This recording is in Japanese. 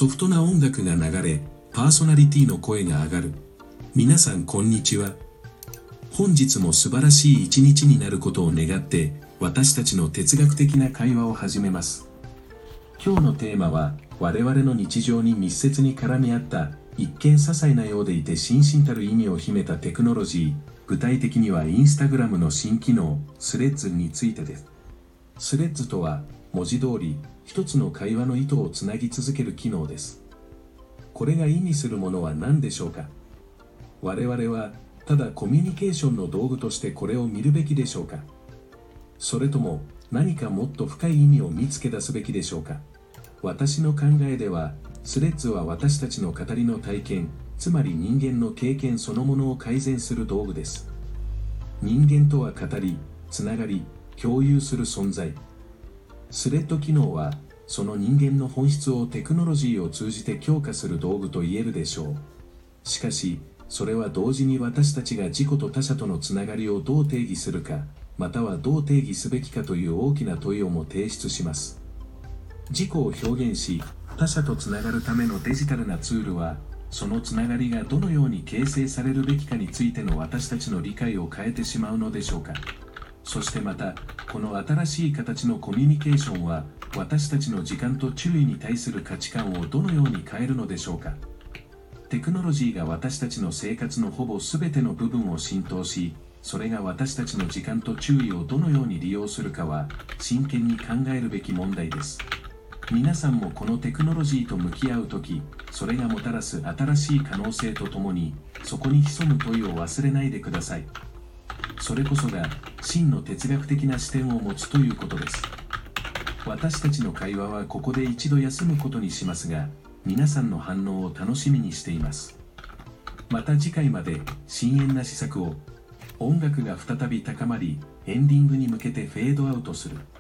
ソフトな音楽が流れ、パーソナリティの声が上がる。皆さんこんにちは。本日も素晴らしい一日になることを願って、私たちの哲学的な会話を始めます。今日のテーマは、我々の日常に密接に絡み合った一見些細なようでいて真々たる意味を秘めたテクノロジー、具体的にはインスタグラムの新機能、スレッズについてです。スレッズとは、文字通り、一つの会話の意図をつなぎ続ける機能です。これが意味するものは何でしょうか？我々は、ただコミュニケーションの道具としてこれを見るべきでしょうか？それとも、何かもっと深い意味を見つけ出すべきでしょうか？私の考えでは、スレッズは私たちの語りの体験、つまり人間の経験そのものを改善する道具です。人間とは語り、つながり、共有する存在。スレッド機能は、その人間の本質をテクノロジーを通じて強化する道具と言えるでしょう。しかし、それは同時に私たちが自己と他者とのつながりをどう定義するか、またはどう定義すべきかという大きな問いをも提出します。自己を表現し、他者とつながるためのデジタルなツールは、そのつながりがどのように形成されるべきかについての私たちの理解を変えてしまうのでしょうか。そしてまた、この新しい形のコミュニケーションは、私たちの時間と注意に対する価値観をどのように変えるのでしょうか。テクノロジーが私たちの生活のほぼ全ての部分を浸透し、それが私たちの時間と注意をどのように利用するかは、真剣に考えるべき問題です。皆さんもこのテクノロジーと向き合うとき、それがもたらす新しい可能性とともに、そこに潜む問いを忘れないでください。それこそが真の哲学的な視点を持つということです。私たちの会話はここで一度休むことにしますが、皆さんの反応を楽しみにしています。また次回まで深遠な思索を。音楽が再び高まり、エンディングに向けてフェードアウトする。